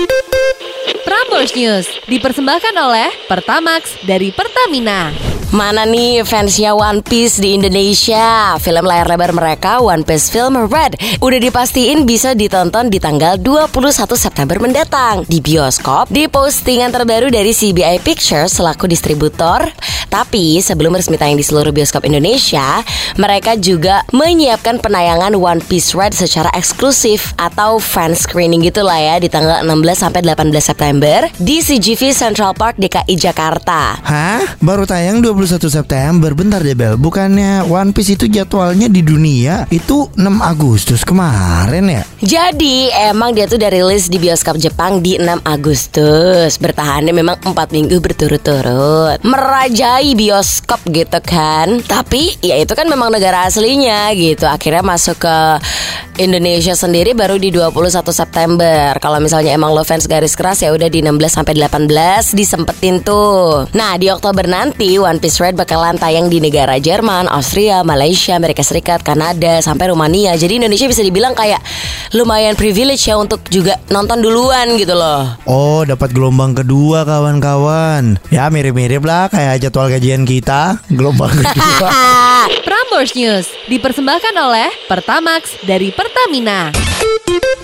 Prambors News dipersembahkan oleh Pertamax dari Pertamina. Mana nih fansnya One Piece di Indonesia? Film layar lebar mereka, One Piece Film Red, udah dipastiin bisa ditonton di tanggal 21 September mendatang di bioskop di postingan terbaru dari CBI Pictures selaku distributor. Tapi sebelum resmi tayang di seluruh bioskop Indonesia, mereka juga menyiapkan penayangan One Piece Red secara eksklusif atau fan screening gitulah ya di tanggal 16 sampai 18 September di CGV Central Park DKI Jakarta. Hah? Baru tayang 21 September. Bentar deh Bel, bukannya One Piece itu jadwalnya di dunia itu 6 Agustus kemarin ya? Jadi emang dia tuh udah rilis di bioskop Jepang di 6 Agustus. Bertahannya memang 4 minggu berturut-turut, merajai bioskop gitu kan. Tapi ya itu kan memang negara aslinya gitu. Akhirnya masuk ke Indonesia sendiri baru di 21 September. Kalau misalnya emang lo fans garis keras ya udah di 16 sampai 18 disempetin tuh. Nah, di Oktober nanti One Piece Red bakalan tayang di negara Jerman, Austria, Malaysia, Amerika Serikat, Kanada sampai Rumania. Jadi Indonesia bisa dibilang kayak lumayan privilege ya untuk juga nonton duluan gitu loh. Oh, dapat gelombang kedua kawan-kawan. Ya mirip-mirip lah kayak jadwal gajian kita, gelombang kedua. Prambors News dipersembahkan oleh Pertamax dari Pertamina.